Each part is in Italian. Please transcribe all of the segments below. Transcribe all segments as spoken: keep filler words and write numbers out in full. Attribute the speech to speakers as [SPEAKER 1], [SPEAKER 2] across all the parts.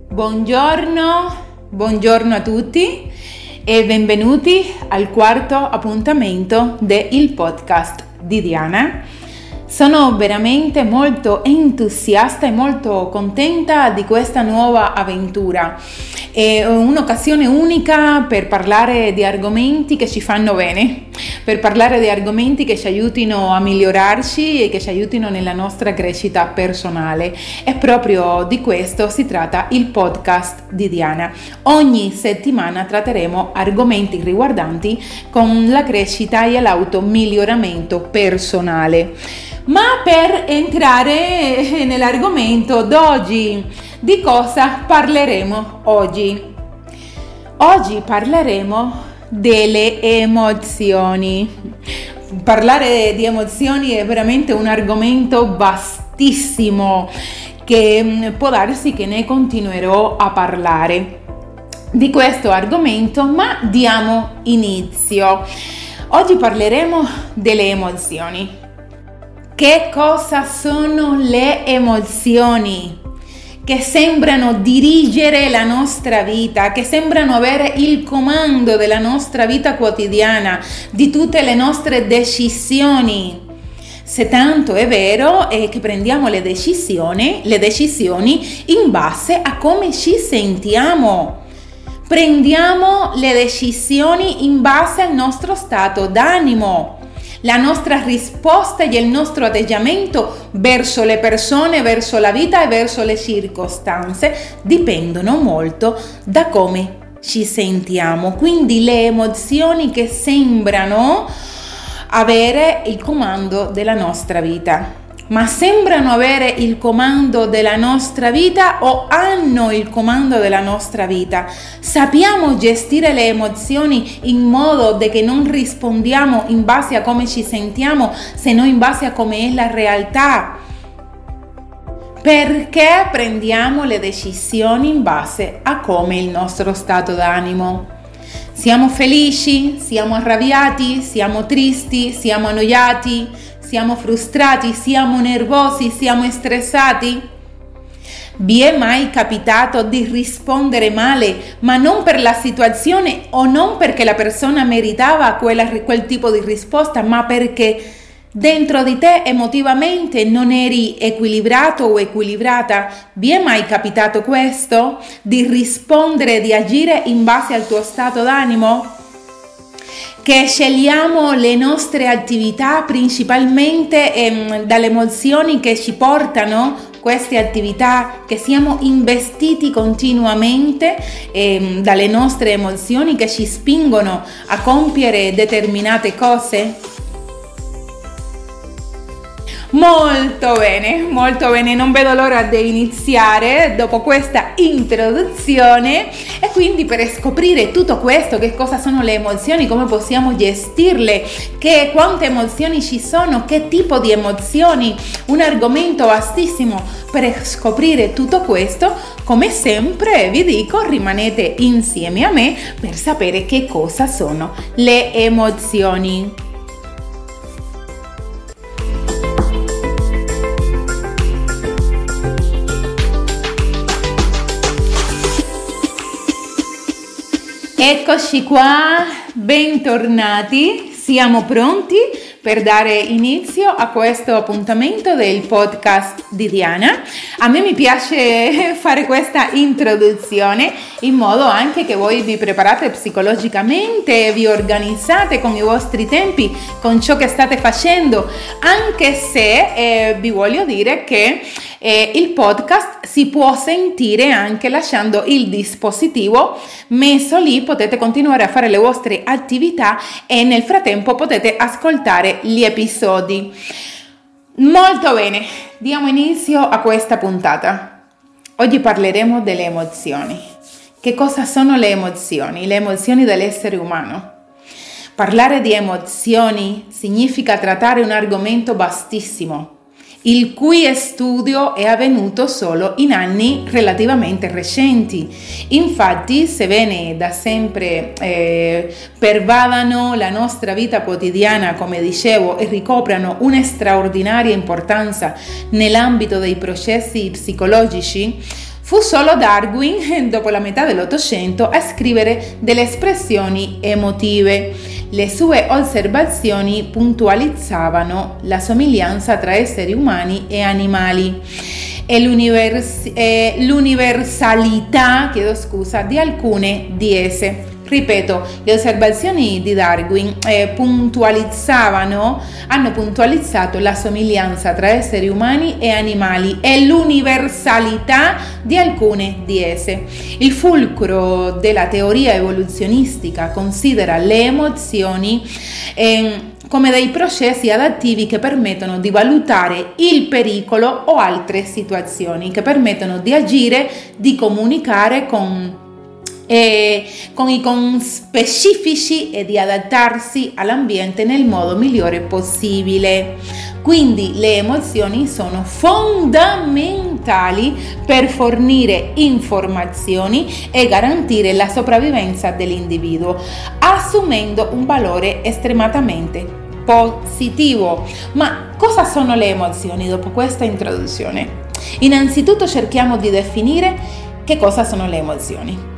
[SPEAKER 1] Buongiorno, buongiorno a tutti e benvenuti al quarto appuntamento del podcast di Diana. Sono veramente molto entusiasta e molto contenta di questa nuova avventura. È un'occasione unica per parlare di argomenti che ci fanno bene, per parlare di argomenti che ci aiutino a migliorarci e che ci aiutino nella nostra crescita personale. E proprio di questo si tratta il podcast di Diana. Ogni settimana tratteremo argomenti riguardanti con la crescita e l'automiglioramento personale. Ma per entrare nell'argomento d'oggi, di cosa parleremo oggi? Oggi parleremo delle emozioni. Parlare di emozioni è veramente un argomento vastissimo che può darsi che ne continuerò a parlare di questo argomento, ma diamo inizio. Oggi parleremo delle emozioni. Che cosa sono le emozioni? Che sembrano dirigere la nostra vita, che sembrano avere il comando della nostra vita quotidiana, di tutte le nostre decisioni. Se tanto è vero è che prendiamo le decisioni, le decisioni in base a come ci sentiamo. Prendiamo le decisioni in base al nostro stato d'animo. La nostra risposta e il nostro atteggiamento verso le persone, verso la vita e verso le circostanze dipendono molto da come ci sentiamo. Quindi le emozioni che sembrano avere il comando della nostra vita. Ma sembrano avere il comando della nostra vita o hanno il comando della nostra vita? Sappiamo gestire le emozioni in modo da che non rispondiamo in base a come ci sentiamo, se non in base a come è la realtà? Perché prendiamo le decisioni in base a come è il nostro stato d'animo? Siamo felici? Siamo arrabbiati? Siamo tristi? Siamo annoiati? Siamo frustrati, siamo nervosi, siamo stressati? Vi è mai capitato di rispondere male, ma non per la situazione o non perché la persona meritava quella, quel tipo di risposta, ma perché dentro di te emotivamente non eri equilibrato o equilibrata? Vi è mai capitato questo? Di rispondere, di agire in base al tuo stato d'animo? Che scegliamo le nostre attività principalmente ehm, dalle emozioni che ci portano queste attività, che siamo investiti continuamente ehm, dalle nostre emozioni che ci spingono a compiere determinate cose? Molto bene, molto bene, non vedo l'ora di iniziare dopo questa introduzione e quindi per scoprire tutto questo, che cosa sono le emozioni, come possiamo gestirle, che quante emozioni ci sono, che tipo di emozioni, un argomento vastissimo. Per scoprire tutto questo, come sempre vi dico, rimanete insieme a me per sapere che cosa sono le emozioni. Eccoci qua, bentornati, siamo pronti per dare inizio a questo appuntamento del podcast di Diana. A me mi piace fare questa introduzione in modo anche che voi vi preparate psicologicamente, vi organizzate con i vostri tempi, con ciò che state facendo, anche se eh, vi voglio dire che eh, il podcast si può sentire anche lasciando il dispositivo messo lì, potete continuare a fare le vostre attività e nel frattempo potete ascoltare gli episodi. Molto bene, diamo inizio a questa puntata. Oggi parleremo delle emozioni. Che cosa sono le emozioni? Le emozioni dell'essere umano. Parlare di emozioni significa trattare un argomento vastissimo, il cui studio è avvenuto solo in anni relativamente recenti. Infatti, sebbene da sempre eh, pervadano la nostra vita quotidiana, come dicevo, e ricoprano una straordinaria importanza nell'ambito dei processi psicologici, Fu solo Darwin, dopo la metà dell'Ottocento, a scrivere delle espressioni emotive. Le sue osservazioni puntualizzavano la somiglianza tra esseri umani e animali e l'univers- e l'universalità, chiedo scusa, di alcune di esse. Ripeto, le osservazioni di Darwin eh, puntualizzavano, hanno puntualizzato la somiglianza tra esseri umani e animali e l'universalità di alcune di esse. Il fulcro della teoria evoluzionistica considera le emozioni eh, come dei processi adattivi che permettono di valutare il pericolo o altre situazioni, che permettono di agire, di comunicare con E con i conspecifici e di adattarsi all'ambiente nel modo migliore possibile. Quindi le emozioni sono fondamentali per fornire informazioni e garantire la sopravvivenza dell'individuo, assumendo un valore estremamente positivo. Ma cosa sono le emozioni dopo questa introduzione? Innanzitutto cerchiamo di definire che cosa sono le emozioni.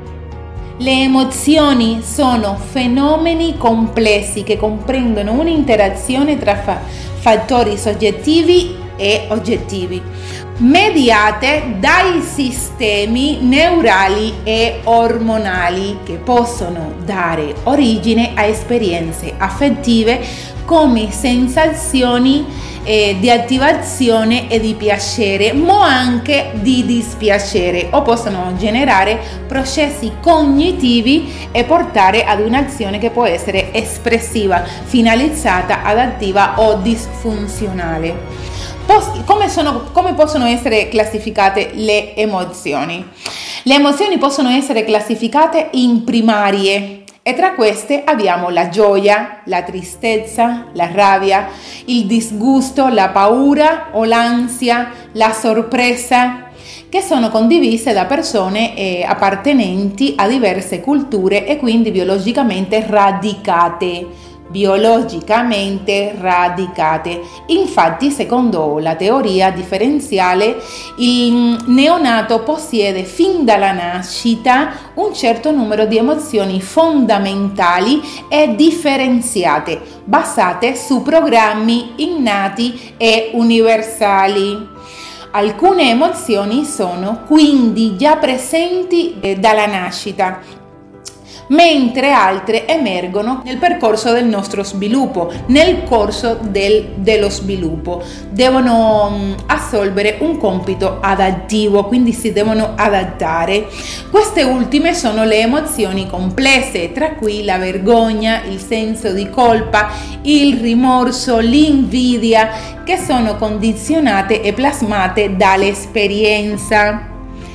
[SPEAKER 1] Le emozioni sono fenomeni complessi che comprendono un'interazione tra fa- fattori soggettivi e oggettivi, mediate dai sistemi neurali e ormonali che possono dare origine a esperienze affettive come sensazioni eh, di attivazione e di piacere, ma anche di dispiacere, o possono generare processi cognitivi e portare ad un'azione che può essere espressiva, finalizzata, adattiva o disfunzionale. Come, sono, come possono essere classificate le emozioni? Le emozioni possono essere classificate in primarie e tra queste abbiamo la gioia, la tristezza, la rabbia, il disgusto, la paura o l'ansia, la sorpresa, che sono condivise da persone eh, appartenenti a diverse culture e quindi biologicamente radicate. biologicamente radicate. Infatti, secondo la teoria differenziale, il neonato possiede fin dalla nascita un certo numero di emozioni fondamentali e differenziate, basate su programmi innati e universali. Alcune emozioni sono quindi già presenti eh, dalla nascita, mentre altre emergono nel percorso del nostro sviluppo, nel corso del, dello sviluppo. Devono mh, assolvere un compito adattivo, quindi si devono adattare. Queste ultime sono le emozioni complesse, tra cui la vergogna, il senso di colpa, il rimorso, l'invidia, che sono condizionate e plasmate dall'esperienza.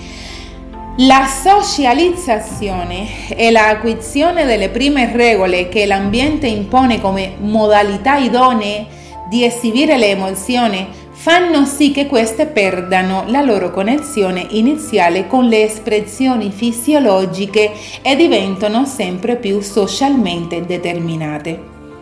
[SPEAKER 1] La socializzazione e l'acquisizione delle prime regole che l'ambiente impone come modalità idonee di esibire le emozioni fanno sì che queste perdano la loro connessione iniziale con le espressioni fisiologiche e diventano sempre più socialmente determinate.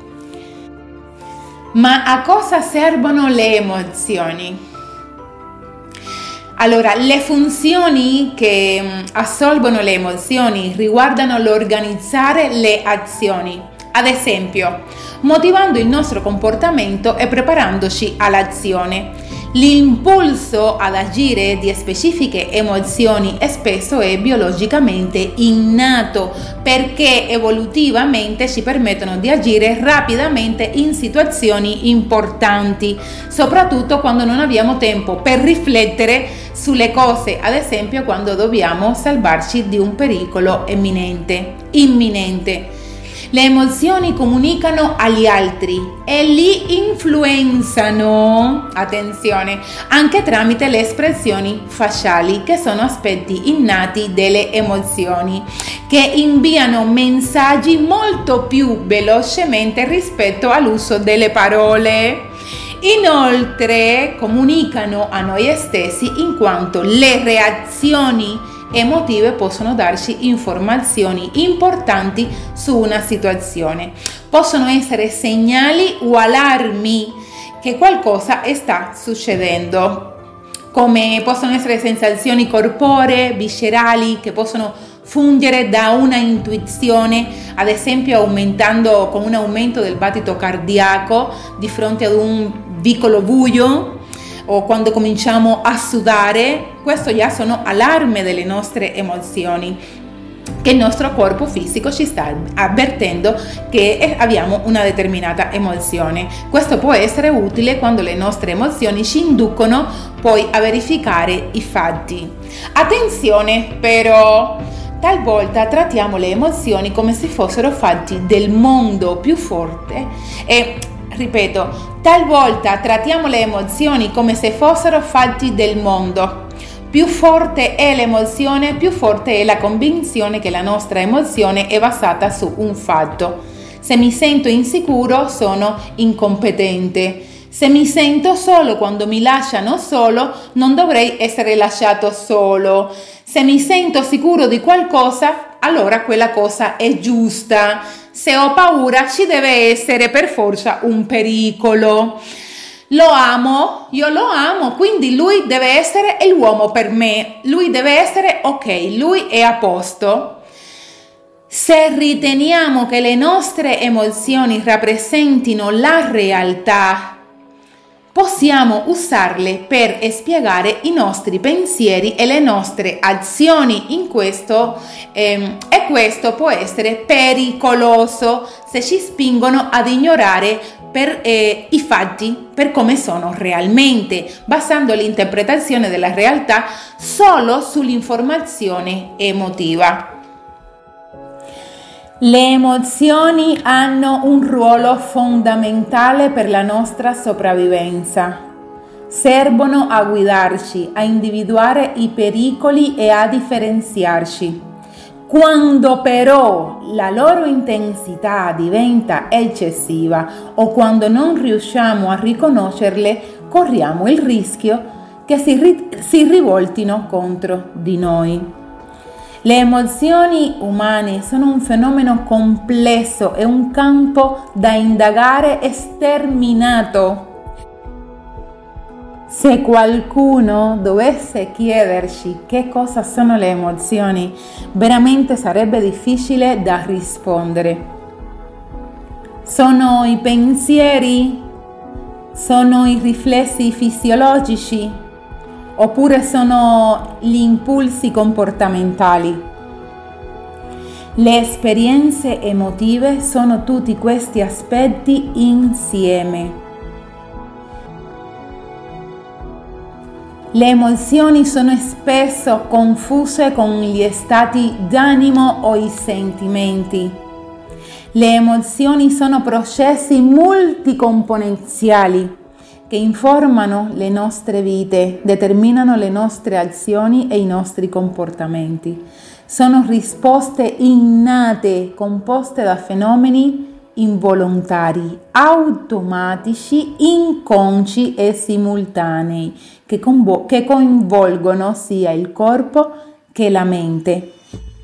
[SPEAKER 1] Ma a cosa servono le emozioni? Allora, le funzioni che assolvono le emozioni riguardano l'organizzare le azioni, ad esempio, motivando il nostro comportamento e preparandoci all'azione. L'impulso ad agire di specifiche emozioni spesso è biologicamente innato, perché evolutivamente ci permettono di agire rapidamente in situazioni importanti, soprattutto quando non abbiamo tempo per riflettere sulle cose, ad esempio quando dobbiamo salvarci di un pericolo imminente. imminente. Le emozioni comunicano agli altri e li influenzano, attenzione, anche tramite le espressioni facciali, che sono aspetti innati delle emozioni, che inviano messaggi molto più velocemente rispetto all'uso delle parole. Inoltre comunicano a noi stessi, in quanto le reazioni emotive possono darci informazioni importanti su una situazione. Possono essere segnali o allarmi che qualcosa sta succedendo. come possono essere sensazioni corporee, viscerali, che possono fungere da una intuizione, ad esempio aumentando con un aumento del battito cardiaco di fronte ad un vicolo buio, o quando cominciamo a sudare. Questo già sono allarme delle nostre emozioni, che il nostro corpo fisico ci sta avvertendo che abbiamo una determinata emozione. Questo può essere utile quando le nostre emozioni ci inducono poi a verificare i fatti. Attenzione però, talvolta trattiamo le emozioni come se fossero fatti del mondo più forte e, ripeto, talvolta trattiamo le emozioni come se fossero fatti del mondo. Più forte è l'emozione, più forte è la convinzione che la nostra emozione è basata su un fatto. Se mi sento insicuro, sono incompetente. Se mi sento solo quando mi lasciano solo, non dovrei essere lasciato solo. Se mi sento sicuro di qualcosa, allora quella cosa è giusta. Se ho paura, ci deve essere per forza un pericolo. Lo amo, io lo amo, quindi lui deve essere l'uomo per me, lui deve essere ok, lui è a posto. Se riteniamo che le nostre emozioni rappresentino la realtà, possiamo usarle per spiegare i nostri pensieri e le nostre azioni in questo, ehm, e questo può essere pericoloso se ci spingono ad ignorare per eh, i fatti, per come sono realmente, basando l'interpretazione della realtà solo sull'informazione emotiva. Le emozioni hanno un ruolo fondamentale per la nostra sopravvivenza. Servono a guidarci, a individuare i pericoli e a differenziarci. Quando però la loro intensità diventa eccessiva o quando non riusciamo a riconoscerle, corriamo il rischio che si, ri- si rivoltino contro di noi. Le emozioni umane sono un fenomeno complesso e un campo da indagare e sterminato. Se qualcuno dovesse chiederci che cosa sono le emozioni, veramente sarebbe difficile da rispondere. Sono i pensieri? Sono i riflessi fisiologici? Oppure sono gli impulsi comportamentali? Le esperienze emotive sono tutti questi aspetti insieme. Le emozioni sono spesso confuse con gli stati d'animo o i sentimenti. Le emozioni sono processi multicomponenziali che informano le nostre vite, determinano le nostre azioni e i nostri comportamenti. Sono risposte innate composte da fenomeni involontari, automatici, inconsci e simultanei che, convo- che coinvolgono sia il corpo che la mente.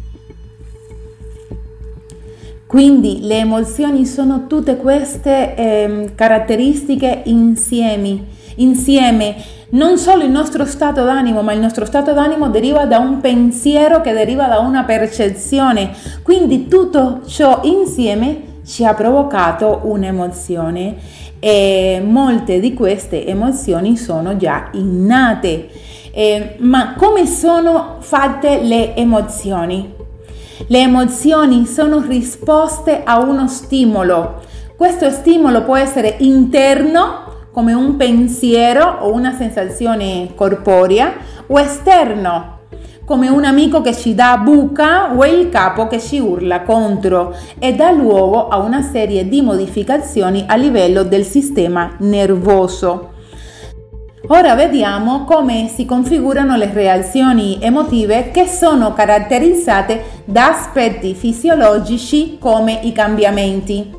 [SPEAKER 1] Quindi le emozioni sono tutte queste eh, caratteristiche insieme, insieme. Non solo il nostro stato d'animo, ma il nostro stato d'animo deriva da un pensiero che deriva da una percezione. Quindi tutto ciò insieme ci ha provocato un'emozione e molte di queste emozioni sono già innate. Eh, ma come sono fatte le emozioni? Le emozioni sono risposte a uno stimolo. Questo stimolo può essere interno, come un pensiero o una sensazione corporea, o esterno, come un amico che ci dà buca o il capo che ci urla contro, e dà luogo a una serie di modificazioni a livello del sistema nervoso. Ora vediamo come si configurano le reazioni emotive, che sono caratterizzate da aspetti fisiologici come i cambiamenti.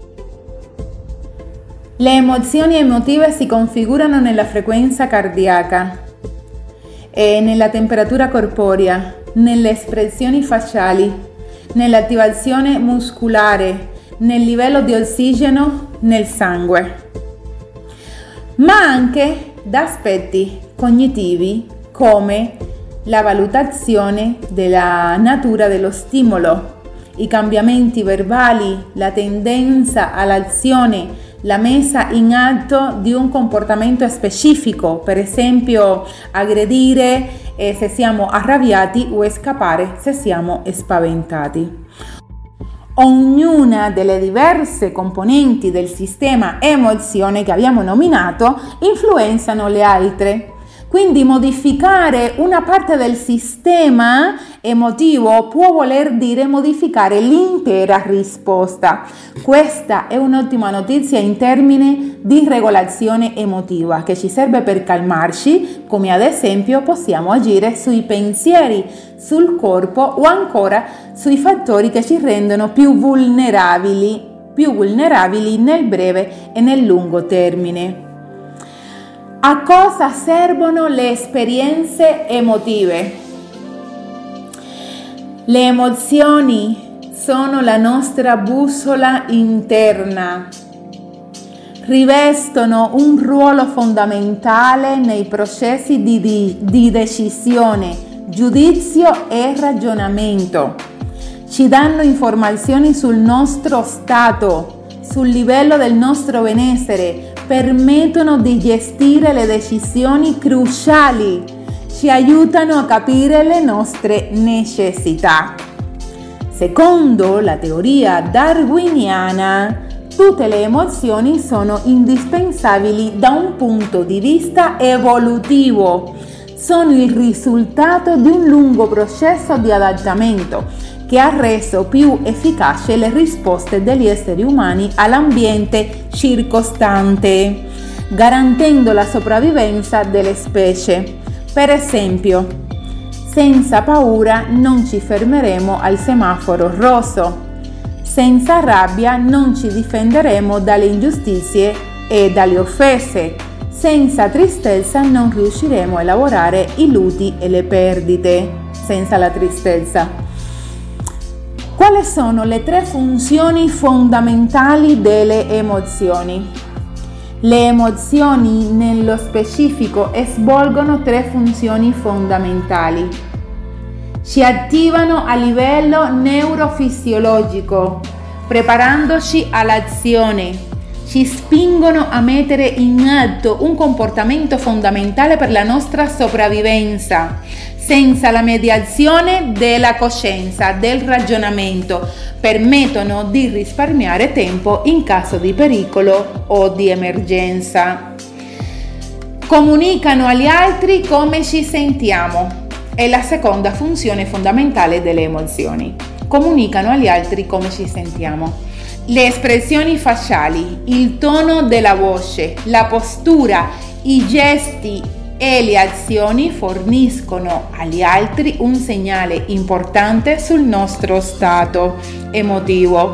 [SPEAKER 1] Le emozioni emotive si configurano nella frequenza cardiaca, e nella temperatura corporea, nelle espressioni facciali, nell'attivazione muscolare, nel livello di ossigeno nel sangue, ma anche da aspetti cognitivi come la valutazione della natura dello stimolo, i cambiamenti verbali, la tendenza all'azione, la messa in atto di un comportamento specifico, per esempio aggredire eh, se siamo arrabbiati o scappare se siamo spaventati. Ognuna delle diverse componenti del sistema emozione che abbiamo nominato influenzano le altre. Quindi modificare una parte del sistema emotivo può voler dire modificare l'intera risposta. Questa è un'ottima notizia in termini di regolazione emotiva che ci serve per calmarci, come ad esempio possiamo agire sui pensieri, sul corpo o ancora sui fattori che ci rendono più vulnerabili, più vulnerabili nel breve e nel lungo termine. A cosa servono le esperienze emotive? Le emozioni sono la nostra bussola interna. Rivestono un ruolo fondamentale nei processi di, di, di decisione, giudizio e ragionamento. Ci danno informazioni sul nostro stato, sul livello del nostro benessere, permettono di gestire le decisioni cruciali, ci aiutano a capire le nostre necessità. Secondo la teoria darwiniana, tutte le emozioni sono indispensabili da un punto di vista evolutivo. Sono il risultato di un lungo processo di adattamento che ha reso più efficaci le risposte degli esseri umani all'ambiente circostante, garantendo la sopravvivenza delle specie. Per esempio, senza paura non ci fermeremo al semaforo rosso, senza rabbia non ci difenderemo dalle ingiustizie e dalle offese, senza tristezza non riusciremo a elaborare i lutti e le perdite, senza la tristezza. Quali sono le tre funzioni fondamentali delle emozioni? Le emozioni nello specifico svolgono tre funzioni fondamentali. Ci attivano a livello neurofisiologico, preparandoci all'azione. Ci spingono a mettere in atto un comportamento fondamentale per la nostra sopravvivenza, senza la mediazione della coscienza, del ragionamento, permettono di risparmiare tempo in caso di pericolo o di emergenza. Comunicano agli altri come ci sentiamo. È la seconda funzione fondamentale delle emozioni. Comunicano agli altri come ci sentiamo. Le espressioni facciali, il tono della voce, la postura, i gesti e le azioni forniscono agli altri un segnale importante sul nostro stato emotivo.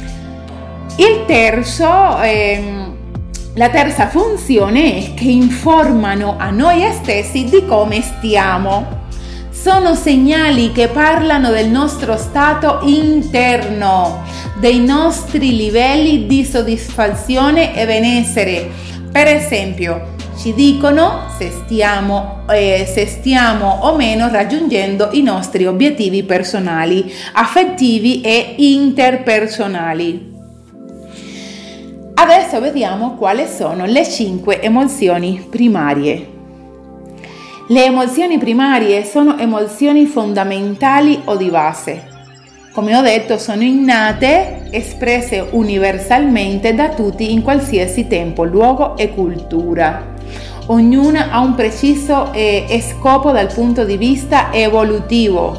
[SPEAKER 1] Il terzo, ehm, la terza funzione è che informano a noi stessi di come stiamo. Sono segnali che parlano del nostro stato interno, dei nostri livelli di soddisfazione e benessere. Per esempio, ci dicono se stiamo, eh, se stiamo o meno raggiungendo i nostri obiettivi personali, affettivi e interpersonali. Adesso vediamo quali sono le cinque emozioni primarie. Le emozioni primarie sono emozioni fondamentali o di base. Come ho detto, sono innate, espresse universalmente da tutti in qualsiasi tempo, luogo e cultura. Ognuna ha un preciso eh, scopo dal punto di vista evolutivo.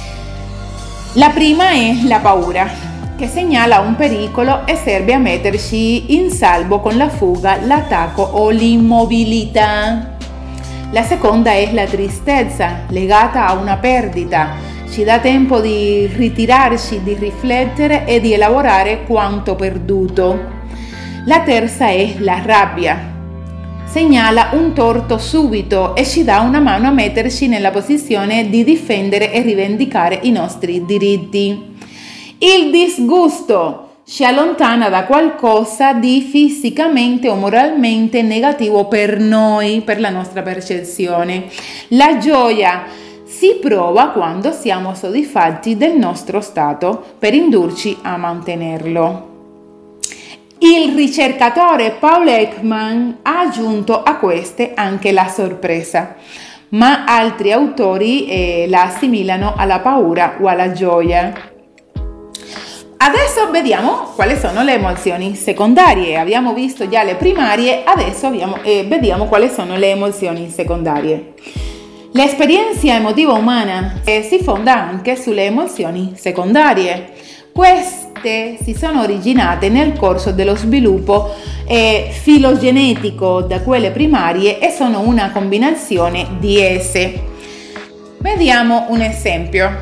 [SPEAKER 1] La prima è la paura, che segnala un pericolo e serve a metterci in salvo con la fuga, l'attacco o l'immobilità. La seconda è la tristezza, legata a una perdita. Ci dà tempo di ritirarci, di riflettere e di elaborare quanto perduto. La terza è la rabbia. Segnala un torto subito e ci dà una mano a metterci nella posizione di difendere e rivendicare i nostri diritti. Il disgusto ci allontana da qualcosa di fisicamente o moralmente negativo per noi, per la nostra percezione. La gioia si prova quando siamo soddisfatti del nostro stato per indurci a mantenerlo. Il ricercatore Paul Ekman ha aggiunto a queste anche la sorpresa, ma altri autori eh, la assimilano alla paura o alla gioia. Adesso vediamo quali sono le emozioni secondarie. Abbiamo visto già le primarie, adesso abbiamo, eh, vediamo quali sono le emozioni secondarie. L'esperienza emotiva umana eh, si fonda anche sulle emozioni secondarie. Queste si sono originate nel corso dello sviluppo eh, filogenetico da quelle primarie e sono una combinazione di esse. Vediamo un esempio.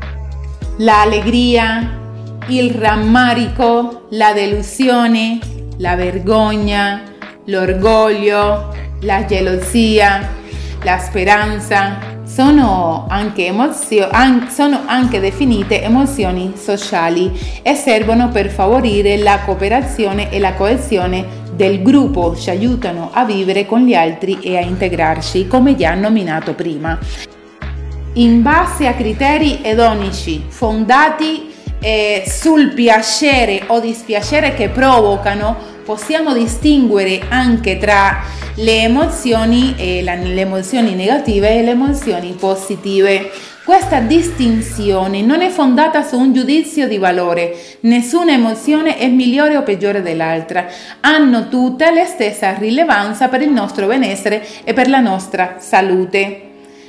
[SPEAKER 1] L'allegria, il rammarico, la delusione, la vergogna, l'orgoglio, la gelosia, la speranza sono anche, emozio- an- sono anche definite emozioni sociali e servono per favorire la cooperazione e la coesione del gruppo, ci aiutano a vivere con gli altri e a integrarci, come già nominato prima. In base a criteri edonici fondati eh, sul piacere o dispiacere che provocano, possiamo distinguere anche tra le emozioni, eh, la, le emozioni negative e le emozioni positive. Questa distinzione non è fondata su un giudizio di valore, nessuna emozione è migliore o peggiore dell'altra, hanno tutte la stessa rilevanza per il nostro benessere e per la nostra salute.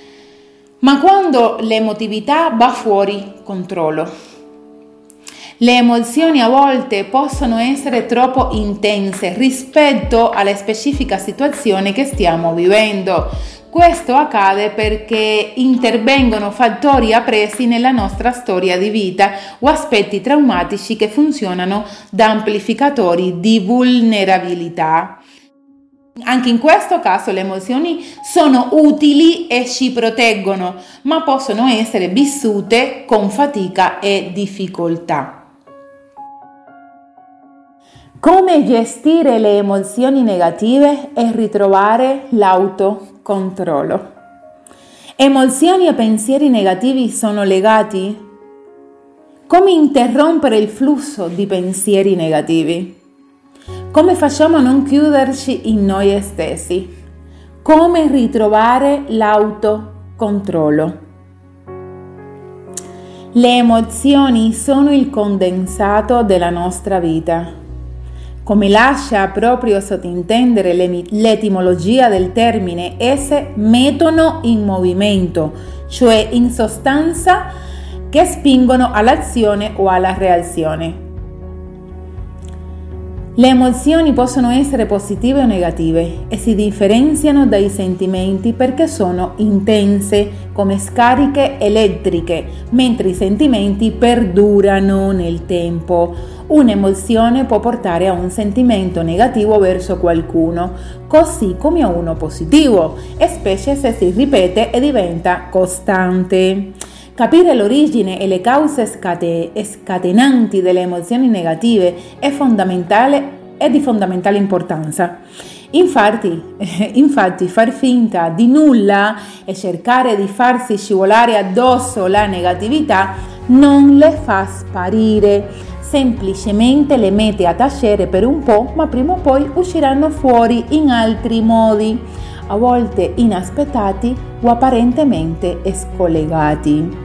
[SPEAKER 1] Ma quando l'emotività va fuori controllo, le emozioni a volte possono essere troppo intense rispetto alla specifica situazione che stiamo vivendo. Questo accade perché intervengono fattori appresi nella nostra storia di vita o aspetti traumatici che funzionano da amplificatori di vulnerabilità. Anche in questo caso le emozioni sono utili e ci proteggono, ma possono essere vissute con fatica e difficoltà. Come gestire le emozioni negative e ritrovare l'autocontrollo? Emozioni e pensieri negativi sono legati? Come interrompere il flusso di pensieri negativi? Come facciamo a non chiuderci in noi stessi? Come ritrovare l'autocontrollo? Le emozioni sono il condensato della nostra vita. Come lascia proprio sottintendere l'etimologia del termine, esse mettono in movimento, cioè in sostanza che spingono all'azione o alla reazione. Le emozioni possono essere positive o negative e si differenziano dai sentimenti perché sono intense come scariche elettriche, mentre i sentimenti perdurano nel tempo. Un'emozione può portare a un sentimento negativo verso qualcuno, così come a uno positivo, e specie se si ripete e diventa costante. Capire l'origine e le cause scate- scatenanti delle emozioni negative è fondamentale e di fondamentale importanza. Infatti, infatti, far finta di nulla e cercare di farsi scivolare addosso la negatività non le fa sparire, semplicemente le mette a tacere per un po', ma prima o poi usciranno fuori in altri modi, a volte inaspettati o apparentemente scollegati.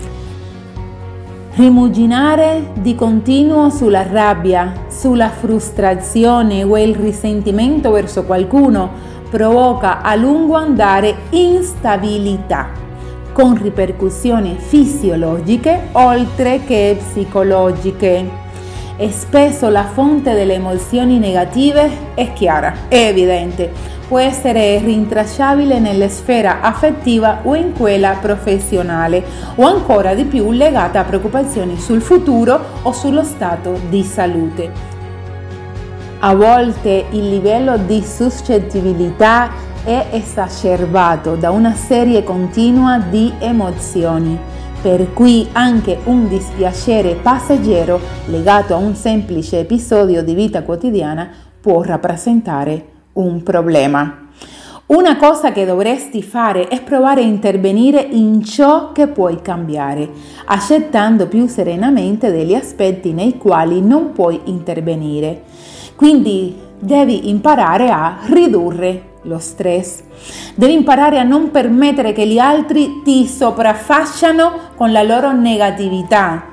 [SPEAKER 1] Rimuginare di continuo sulla rabbia, sulla frustrazione o il risentimento verso qualcuno provoca a lungo andare instabilità, con ripercussioni fisiologiche oltre che psicologiche. E spesso la fonte delle emozioni negative è chiara, è evidente. Può essere rintracciabile nella sfera affettiva o in quella professionale, o ancora di più legata a preoccupazioni sul futuro o sullo stato di salute. A volte il livello di suscettibilità è esacerbato da una serie continua di emozioni, per cui anche un dispiacere passeggero legato a un semplice episodio di vita quotidiana può rappresentare un problema. Una cosa che dovresti fare è provare a intervenire in ciò che puoi cambiare, accettando più serenamente degli aspetti nei quali non puoi intervenire. Quindi devi imparare a ridurre lo stress. Devi imparare a non permettere che gli altri ti sopraffacciano con la loro negatività.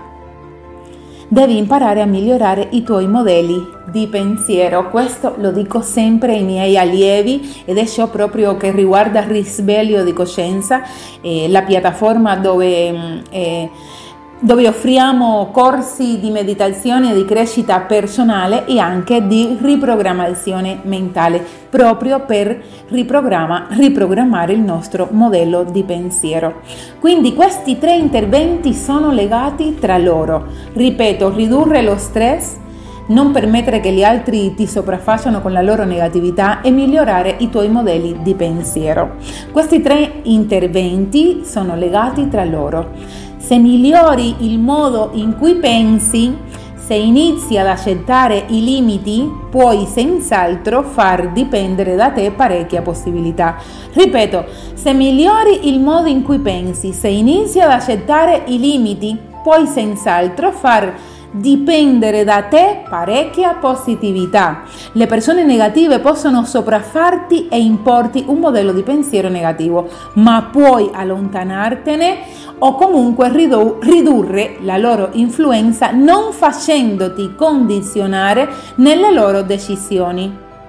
[SPEAKER 1] Devi imparare a migliorare i tuoi modelli di pensiero. Questo lo dico sempre ai miei allievi ed è ciò proprio che riguarda Risveglio di Coscienza, eh, la piattaforma dove, eh, dove offriamo corsi di meditazione e di crescita personale e anche di riprogrammazione mentale, proprio per riprogramma, riprogrammare il nostro modello di pensiero. Quindi questi tre interventi sono legati tra loro. Ripeto, ridurre lo stress, non permettere che gli altri ti sopraffacciano con la loro negatività e migliorare i tuoi modelli di pensiero. Questi tre interventi sono legati tra loro. Se migliori il modo in cui pensi, se inizi ad accettare i limiti, puoi senz'altro far dipendere da te parecchie possibilità. Ripeto, se migliori il modo in cui pensi, se inizi ad accettare i limiti, puoi senz'altro far dipendere da te parecchia positività. Le persone negative possono sopraffarti e importi un modello di pensiero negativo, ma puoi allontanartene o comunque ridu- ridurre la loro influenza non facendoti condizionare nelle loro decisioni.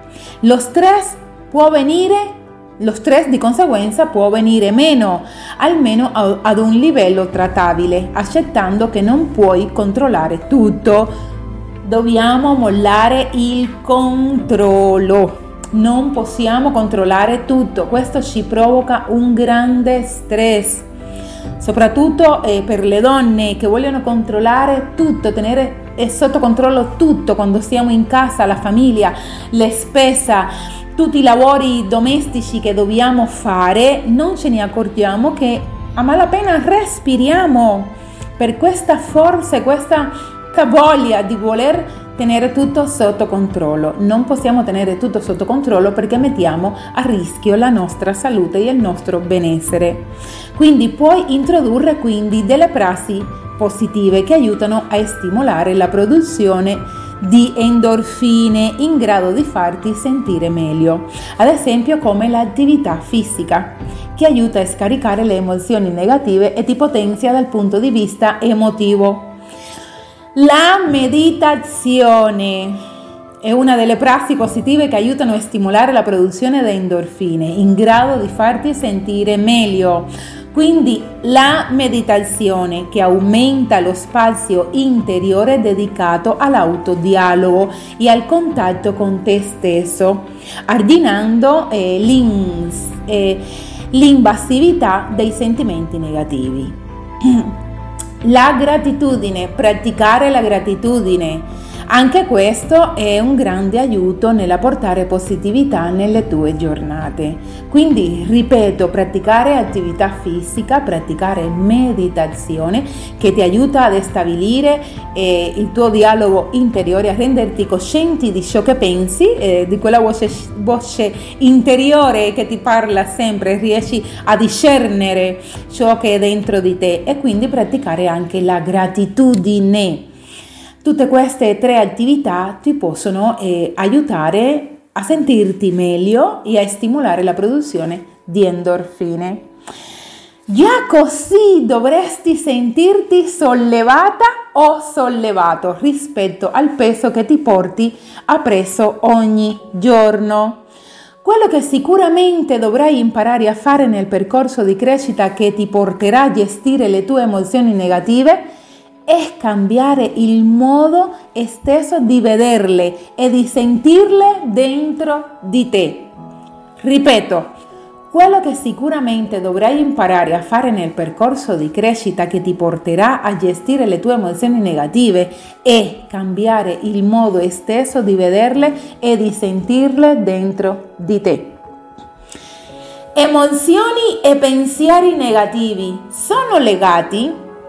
[SPEAKER 1] Lo stress può venire Lo stress di conseguenza può venire meno, almeno ad un livello trattabile, accettando che non puoi controllare tutto. Dobbiamo mollare il controllo. Non possiamo controllare tutto. Questo ci provoca un grande stress, soprattutto eh, per le donne che vogliono controllare tutto, tenere eh, sotto controllo tutto quando siamo in casa, la famiglia, le spese, tutti i lavori domestici che dobbiamo fare. Non ce ne accorgiamo che a malapena respiriamo per questa forza, questa voglia di voler tenere tutto sotto controllo. Non possiamo tenere tutto sotto controllo perché mettiamo a rischio la nostra salute e il nostro benessere. Quindi puoi introdurre quindi delle prassi positive che aiutano a stimolare la produzione di endorfine in grado di farti sentire meglio, ad esempio come l'attività fisica, che aiuta a scaricare le emozioni negative e ti potenzia dal punto di vista emotivo. La meditazione è una delle prassi positive che aiutano a stimolare la produzione di endorfine in grado di farti sentire meglio. Quindi la meditazione che aumenta lo spazio interiore dedicato all'autodialogo e al contatto con te stesso, arginando eh, l'ins, eh, l'invasività dei sentimenti negativi. La gratitudine, praticare la gratitudine. Anche questo è un grande aiuto nella portare positività nelle tue giornate. Quindi, ripeto, praticare attività fisica, praticare meditazione che ti aiuta ad stabilire eh, il tuo dialogo interiore, a renderti coscienti di ciò che pensi, eh, di quella voce, voce interiore che ti parla sempre, riesci a discernere ciò che è dentro di te e quindi praticare anche la gratitudine. Tutte queste tre attività ti possono eh, aiutare a sentirti meglio e a stimolare la produzione di endorfine. Già così dovresti sentirti sollevata o sollevato rispetto al peso che ti porti appresso ogni giorno. Quello che sicuramente dovrai imparare a fare nel percorso di crescita che ti porterà a gestire le tue emozioni negative è cambiare il modo stesso di vederle e di sentirle dentro di te. Ripeto, quello che sicuramente dovrai imparare a fare nel percorso di crescita che ti porterà a gestire le tue emozioni negative è cambiare il modo stesso di vederle e di sentirle dentro di te. Emozioni e pensieri negativi sono legati?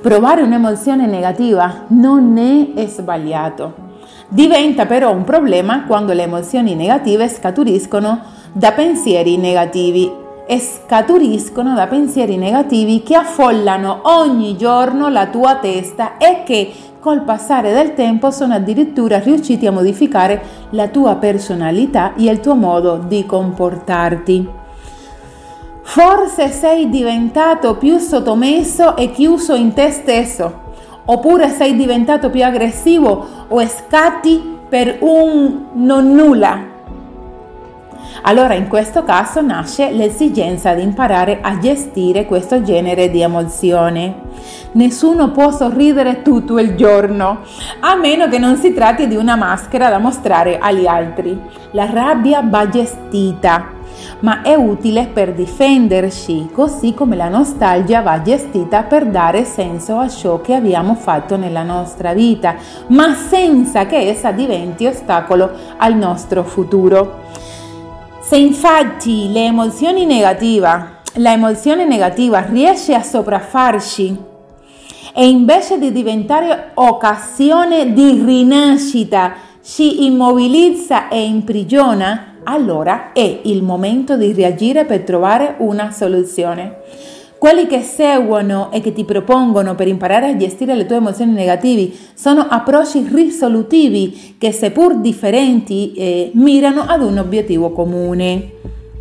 [SPEAKER 1] Provare un'emozione negativa non è sbagliato. Diventa però un problema quando le emozioni negative scaturiscono da pensieri negativi e scaturiscono da pensieri negativi che affollano ogni giorno la tua testa e che col passare del tempo sono addirittura riusciti a modificare la tua personalità e il tuo modo di comportarti. Forse sei diventato più sottomesso e chiuso in te stesso, oppure sei diventato più aggressivo o scatti per un non nulla. Allora in questo caso nasce l'esigenza di imparare a gestire questo genere di emozione. Nessuno può sorridere tutto il giorno, a meno che non si tratti di una maschera da mostrare agli altri. La rabbia va gestita, ma è utile per difenderci, così come la nostalgia va gestita per dare senso a ciò che abbiamo fatto nella nostra vita, ma senza che essa diventi ostacolo al nostro futuro. Se infatti le emozioni negativa, la emozione negativa riesce a sopraffarci e invece di diventare occasione di rinascita ci immobilizza e imprigiona, allora è il momento di reagire per trovare una soluzione. Quelli che seguono e che ti propongono per imparare a gestire le tue emozioni negative sono approcci risolutivi che, seppur differenti, eh, mirano ad un obiettivo comune.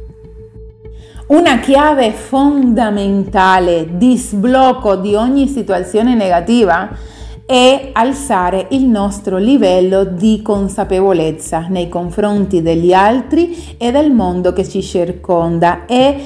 [SPEAKER 1] Una chiave fondamentale di sblocco di ogni situazione negativa è alzare il nostro livello di consapevolezza nei confronti degli altri e del mondo che ci circonda e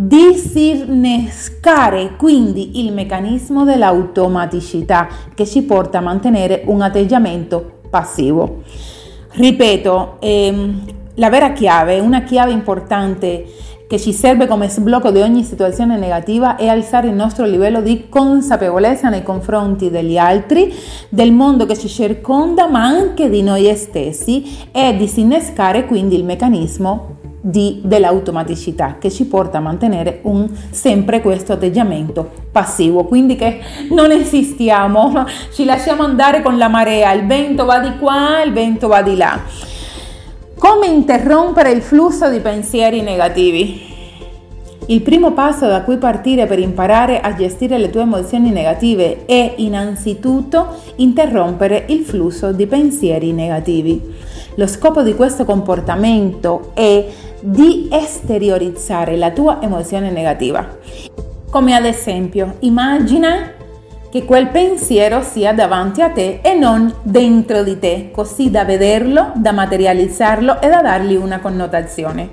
[SPEAKER 1] disinnescare quindi il meccanismo dell'automaticità che ci porta a mantenere un atteggiamento passivo. Ripeto, ehm, la vera chiave, una chiave importante che ci serve come sblocco di ogni situazione negativa è alzare il nostro livello di consapevolezza nei confronti degli altri, del mondo che ci circonda, ma anche di noi stessi, e disinnescare quindi il meccanismo di, dell'automaticità che ci porta a mantenere un, sempre questo atteggiamento passivo, quindi che non esistiamo, ci lasciamo andare con la marea, il vento va di qua, il vento va di là. Come interrompere il flusso di pensieri negativi? Il primo passo da cui partire per imparare a gestire le tue emozioni negative è innanzitutto interrompere il flusso di pensieri negativi. Lo scopo di questo comportamento è di esteriorizzare la tua emozione negativa. Come ad esempio, immagina che quel pensiero sia davanti a te e non dentro di te, così da vederlo, da materializzarlo e da dargli una connotazione.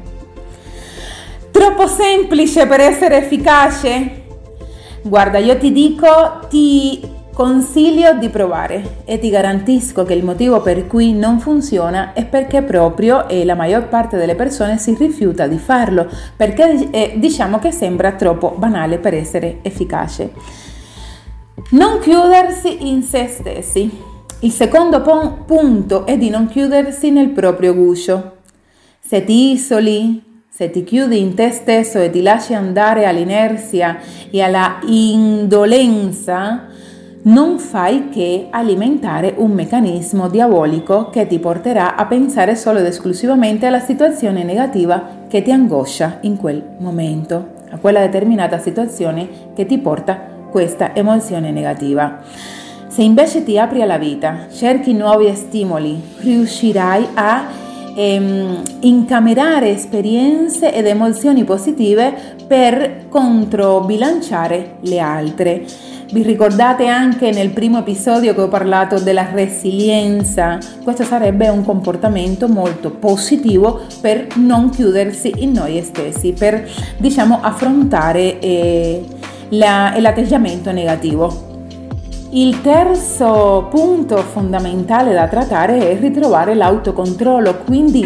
[SPEAKER 1] Troppo semplice per essere efficace? Guarda, io ti dico, ti consiglio di provare e ti garantisco che il motivo per cui non funziona è perché proprio e la maggior parte delle persone si rifiuta di farlo, perché eh, diciamo che sembra troppo banale per essere efficace. Non chiudersi in se stessi. Il secondo po- punto è di non chiudersi nel proprio guscio. Se ti isoli, se ti chiudi in te stesso e ti lasci andare all'inerzia e alla indolenza, non fai che alimentare un meccanismo diabolico che ti porterà a pensare solo ed esclusivamente alla situazione negativa che ti angoscia in quel momento, a quella determinata situazione che ti porta questa emozione negativa. Se invece ti apri alla vita, cerchi nuovi stimoli, riuscirai a ehm, incamerare esperienze ed emozioni positive per controbilanciare le altre. Vi ricordate anche nel primo episodio che ho parlato della resilienza? Questo sarebbe un comportamento molto positivo per non chiudersi in noi stessi, per diciamo affrontare eh, La, l'atteggiamento negativo. Il terzo punto fondamentale da trattare è ritrovare l'autocontrollo, quindi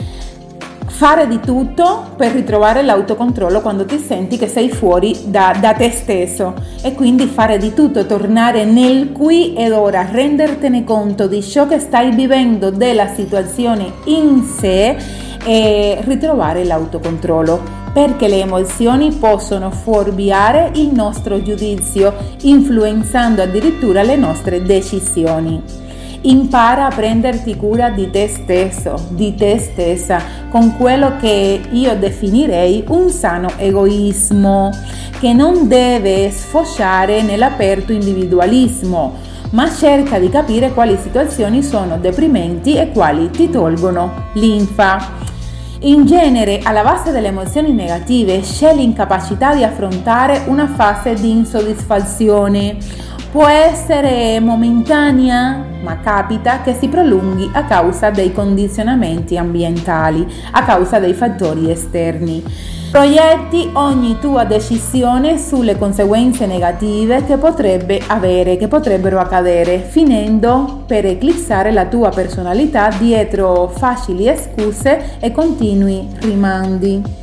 [SPEAKER 1] fare di tutto per ritrovare l'autocontrollo quando ti senti che sei fuori da, da te stesso, e quindi fare di tutto, tornare nel qui ed ora, rendertene conto di ciò che stai vivendo, della situazione in sé, e ritrovare l'autocontrollo, perché le emozioni possono fuorviare il nostro giudizio, influenzando addirittura le nostre decisioni. Impara a prenderti cura di te stesso, di te stessa, con quello che io definirei un sano egoismo, che non deve sfociare nell'aperto individualismo, ma cerca di capire quali situazioni sono deprimenti e quali ti tolgono linfa. In genere, alla base delle emozioni negative c'è l'incapacità di affrontare una fase di insoddisfazione. Può essere momentanea, ma capita che si prolunghi a causa dei condizionamenti ambientali, a causa dei fattori esterni. Proietti ogni tua decisione sulle conseguenze negative che potrebbe avere, che potrebbero accadere, finendo per eclissare la tua personalità dietro facili scuse e continui rimandi.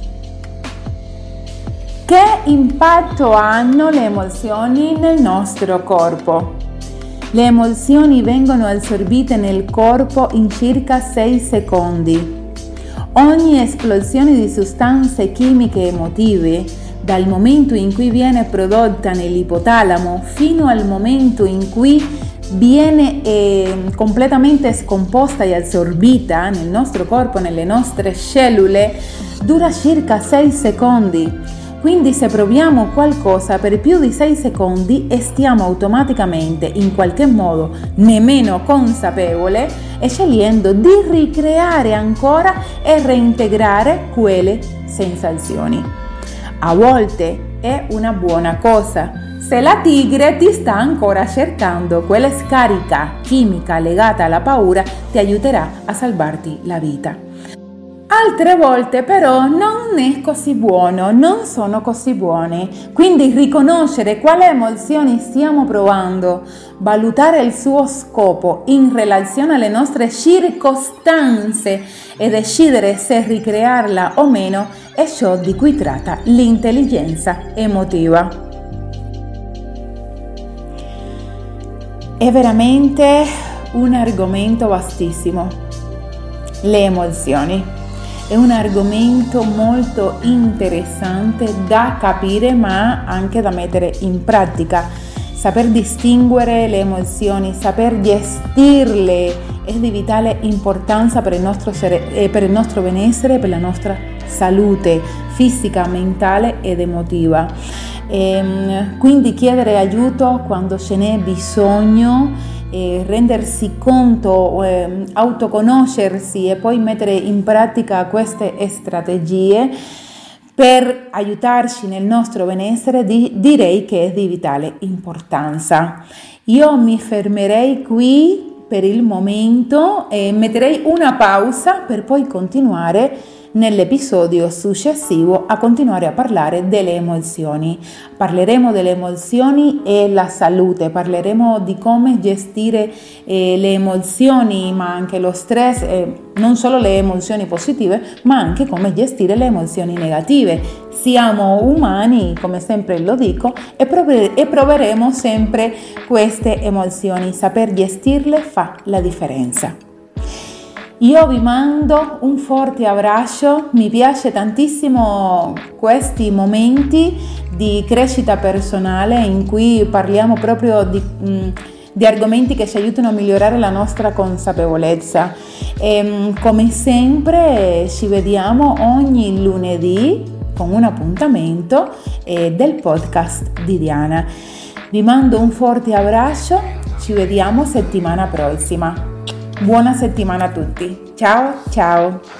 [SPEAKER 1] Che impatto hanno le emozioni nel nostro corpo? Le emozioni vengono assorbite nel corpo in circa sei secondi. Ogni esplosione di sostanze chimiche emotive, dal momento in cui viene prodotta nell'ipotalamo fino al momento in cui viene eh, completamente scomposta e assorbita nel nostro corpo, nelle nostre cellule, dura circa sei secondi. Quindi se proviamo qualcosa per più di sei secondi e stiamo automaticamente, in qualche modo nemmeno consapevole, scegliendo di ricreare ancora e reintegrare quelle sensazioni. A volte è una buona cosa. Se la tigre ti sta ancora cercando, quella scarica chimica legata alla paura ti aiuterà a salvarti la vita. Altre volte però non è così buono, non sono così buone, quindi riconoscere quali emozioni stiamo provando, valutare il suo scopo in relazione alle nostre circostanze e decidere se ricrearla o meno è ciò di cui tratta l'intelligenza emotiva. È veramente un argomento vastissimo, le emozioni. È un argomento molto interessante da capire, ma anche da mettere in pratica. Saper distinguere le emozioni, saper gestirle è di vitale importanza per il nostro, per il nostro benessere, per la nostra salute fisica, mentale ed emotiva. E quindi chiedere aiuto quando ce n'è bisogno, e rendersi conto, eh, autoconoscersi e poi mettere in pratica queste strategie per aiutarci nel nostro benessere, di, direi che è di vitale importanza. Io mi fermerei qui per il momento e metterei una pausa per poi continuare nell'episodio successivo a continuare a parlare delle emozioni. Parleremo delle emozioni e la salute, parleremo di come gestire eh, le emozioni, ma anche lo stress, eh, non solo le emozioni positive, ma anche come gestire le emozioni negative. Siamo umani, come sempre lo dico, e, prov- e proveremo sempre queste emozioni. Saper gestirle fa la differenza. Io vi mando un forte abbraccio, mi piace tantissimo questi momenti di crescita personale in cui parliamo proprio di, mh, di argomenti che ci aiutano a migliorare la nostra consapevolezza. E, come sempre ci vediamo ogni lunedì con un appuntamento eh, del podcast di Diana. Vi mando un forte abbraccio, ci vediamo settimana prossima. Buona settimana a tutti. Ciao ciao.